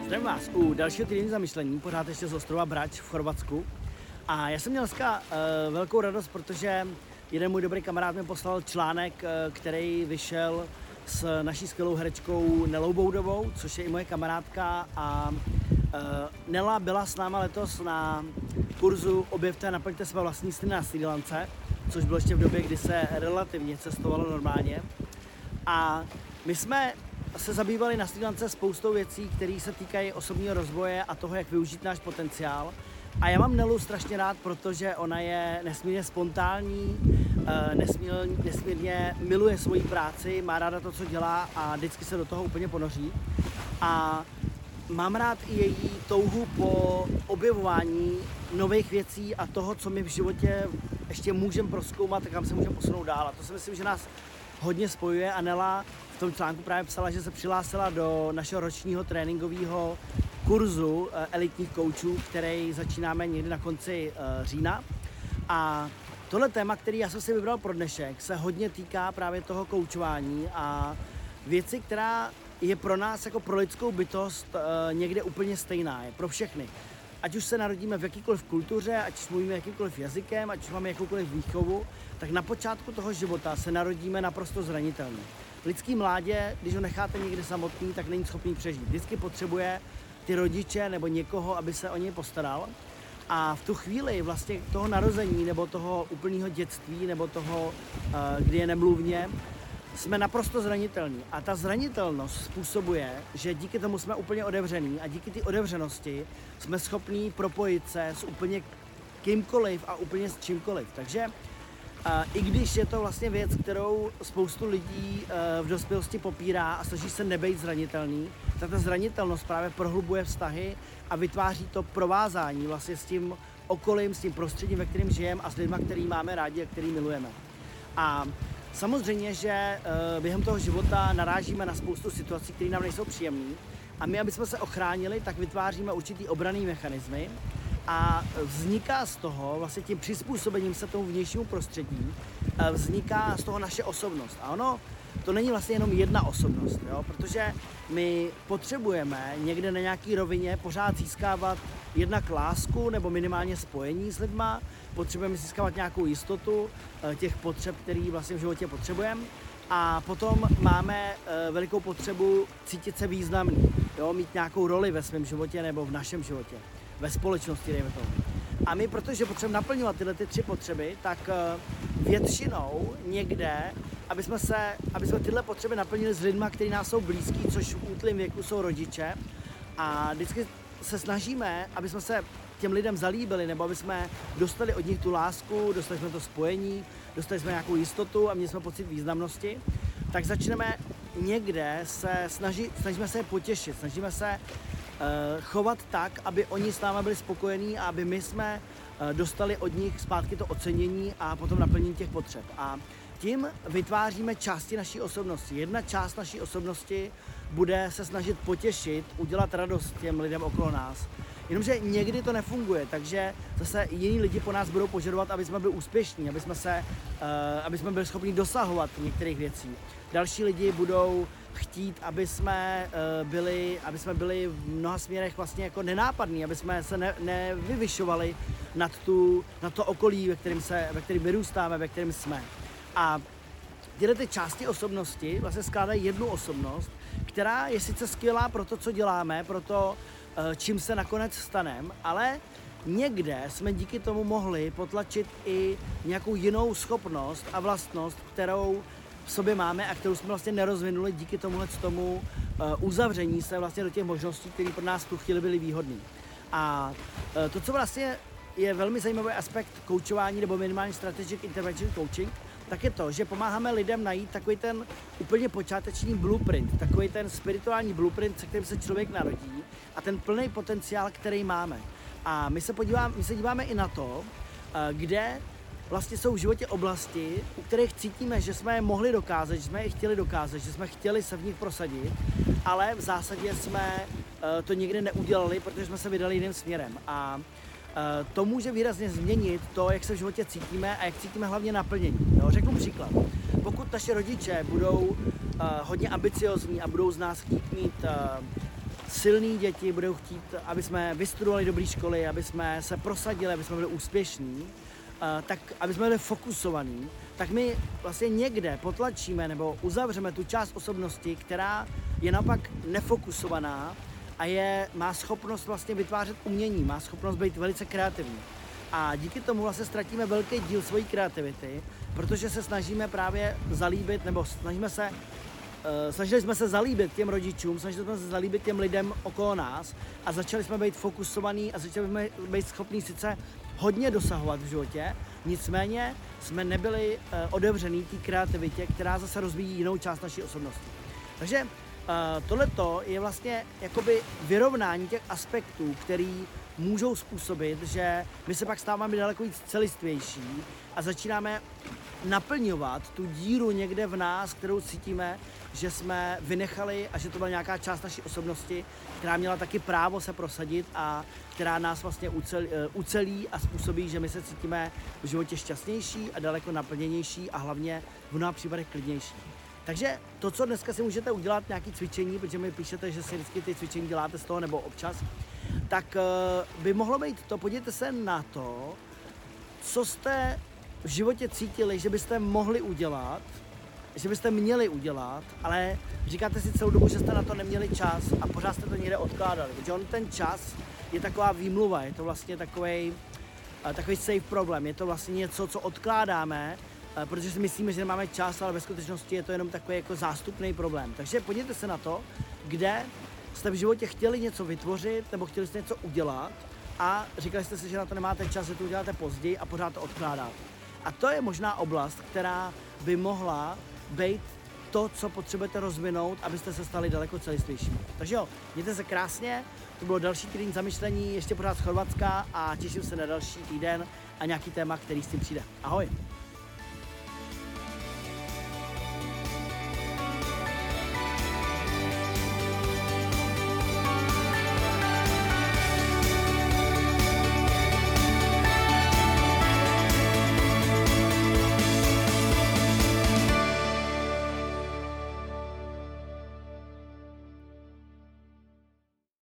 Zdravím vás u dalšího týdenního zamyšlení, pořád ještě z ostrova Brač v Chorvatsku. A já jsem měl dneska velkou radost, protože jeden můj dobrý kamarád mi poslal článek, který vyšel s naší skvělou herečkou Nelou Boudovou, což je i moje kamarádka. A Nela byla s náma letos na kurzu Objevte a naplňte své vlastní sny na Srí Lance, což bylo ještě v době, kdy se relativně cestovalo normálně. A my jsme se zabývali na Srí Lance spoustou věcí, které se týkají osobního rozvoje a toho, jak využít náš potenciál. A já mám Nelu strašně rád, protože ona je nesmírně spontánní, nesmírně miluje svoji práci, má ráda to, co dělá a vždycky se do toho úplně ponoří. A mám rád i její touhu po objevování nových věcí a toho, co my v životě ještě můžeme prozkoumat a kam se můžeme posunout dál. A to si myslím, že nás hodně spojuje a Nela v tom článku právě psala, že se přihlásila do našeho ročního tréninkového kurzu elitních koučů, který začínáme někdy na konci října. A tohle téma, který já jsem si vybral pro dnešek, se hodně týká právě toho koučování a věci, která je pro nás jako pro lidskou bytost někde úplně stejná, je pro všechny. Ať už se narodíme v jakýkoliv kultuře, ať už mluvíme jakýmkoliv jazykem, ať už máme jakoukoliv výchovu, tak na počátku toho života se narodíme naprosto zranitelně. Lidský mládě, když ho necháte někde samotný, tak není schopný přežít. Vždycky potřebuje ty rodiče nebo někoho, aby se o něj postaral. A v tu chvíli vlastně toho narození nebo toho úplného dětství nebo toho, kdy je nemluvně, jsme naprosto zranitelní. A ta zranitelnost způsobuje, že díky tomu jsme úplně otevření a díky té otevřenosti jsme schopní propojit se s úplně kýmkoliv a úplně s čímkoliv. Takže i když je to vlastně věc, kterou spoustu lidí v dospělosti popírá a snaží se nebejt zranitelný, tak ta zranitelnost právě prohlubuje vztahy a vytváří to provázání vlastně s tím okolím, s tím prostředím, ve kterém žijeme a s lidmi, který máme rádi a který milujeme. A samozřejmě, že během toho života narážíme na spoustu situací, které nám nejsou příjemné. A my, aby jsme se ochránili, tak vytváříme určitý obranný mechanismy. A vzniká z toho, vlastně tím přizpůsobením se tomu vnějšímu prostředí, vzniká z toho naše osobnost. A ono, to není vlastně jenom jedna osobnost, jo? Protože my potřebujeme někde na nějaký rovině pořád získávat jednak lásku nebo minimálně spojení s lidma, potřebujeme získávat nějakou jistotu těch potřeb, které vlastně v životě potřebujeme. A potom máme velikou potřebu cítit se významný, jo? Mít nějakou roli ve svém životě nebo v našem životě. Ve společnosti, dejme tomu. A my, protože potřebujeme naplňovat tyhle tři potřeby, tak většinou někde, aby jsme tyhle potřeby naplnili s lidmi, kteří nás jsou blízký, což v útlém věku jsou rodiče. A vždycky se snažíme, aby jsme se těm lidem zalíbili, nebo aby jsme dostali od nich tu lásku, dostali jsme to spojení, dostali jsme nějakou jistotu a měli jsme pocit významnosti, tak začneme někde snažíme se je potěšit, snažíme se chovat tak, aby oni s námi byli spokojení a aby my jsme dostali od nich zpátky to ocenění a potom naplnění těch potřeb. A tím vytváříme části naší osobnosti. Jedna část naší osobnosti bude se snažit potěšit, udělat radost těm lidem okolo nás. Jenomže někdy to nefunguje, takže zase jiní lidi po nás budou požadovat, aby jsme byli úspěšní, aby jsme byli schopni dosahovat některých věcí. Další lidi budou chtít, aby jsme byli v mnoha směrech vlastně jako nenápadní, aby jsme se nevyvyšovali nad to okolí, ve kterém vyrůstáme, ve kterém jsme. A tyhle ty části osobnosti vlastně skládají jednu osobnost, která je sice skvělá pro to, co děláme, pro to, čím se nakonec staneme, ale někde jsme díky tomu mohli potlačit i nějakou jinou schopnost a vlastnost, kterou v sobě máme a kterou jsme vlastně nerozvinuli díky tomu uzavření se vlastně do těch možností, které pro nás v tu chvíli byly výhodné. A to, co vlastně je velmi zajímavý aspekt koučování nebo minimálně strategic intervention coaching, tak je to, že pomáháme lidem najít takový ten úplně počáteční blueprint, takový ten spirituální blueprint, se kterým se člověk narodí a ten plný potenciál, který máme. A my se díváme i na to, kde vlastně jsou v životě oblasti, u kterých cítíme, že jsme je mohli dokázat, že jsme je chtěli dokázat, že jsme chtěli se v nich prosadit, ale v zásadě jsme to někde neudělali, protože jsme se vydali jiným směrem. A to může výrazně změnit to, jak se v životě cítíme a jak cítíme hlavně naplnění. Jo, řeknu příklad. Pokud naše rodiče budou hodně ambiciozní a budou z nás chtít mít silný děti, budou chtít, aby jsme vystudovali dobré školy, aby jsme se prosadili, aby jsme byli úspěšní, tak aby jsme byli fokusovaní, tak my vlastně někde potlačíme nebo uzavřeme tu část osobnosti, která je naopak nefokusovaná a má schopnost vlastně vytvářet umění, má schopnost být velice kreativní. A díky tomu vlastně ztratíme velký díl svojí kreativity, protože se snažíme právě zalíbit, nebo snažili jsme se zalíbit těm rodičům, snažili jsme se zalíbit těm lidem okolo nás a začali jsme být fokusovaní a začali jsme být schopní sice hodně dosahovat v životě, nicméně jsme nebyli otevřený té kreativitě, která zase rozvíjí jinou část naší osobnosti. Takže tohleto je vlastně jakoby vyrovnání těch aspektů, který můžou způsobit, že my se pak stáváme daleko víc celistvější a začínáme naplňovat tu díru někde v nás, kterou cítíme, že jsme vynechali a že to byla nějaká část naší osobnosti, která měla taky právo se prosadit a která nás vlastně ucelí a způsobí, že my se cítíme v životě šťastnější a daleko naplněnější a hlavně v mnoha případech klidnější. Takže to, co dneska si můžete udělat, nějaké cvičení, protože mi píšete, že si vždycky ty cvičení děláte z toho nebo občas, tak by mohlo být to, podívejte se na to, co jste v životě cítili, že byste mohli udělat, že byste měli udělat, ale říkáte si celou dobu, že jste na to neměli čas a pořád jste to někde odkládali, protože on ten čas je taková výmluva, je to vlastně takový safe problem, je to vlastně něco, co odkládáme, protože si myslíme, že nemáme čas, ale ve skutečnosti je to jenom takový jako zástupný problém. Takže podívejte se na to, kde jste v životě chtěli něco vytvořit nebo chtěli jste něco udělat a říkali jste si, že na to nemáte čas, že to uděláte později a pořád to odkládáte. A to je možná oblast, která by mohla být to, co potřebujete rozvinout, abyste se stali daleko celistvějšími. Takže jo, mějte se krásně, to bylo další týden zamyšlení, ještě pořád z Chorvatska a těším se na další týden a nějaký téma, který s tím přijde. Ahoj!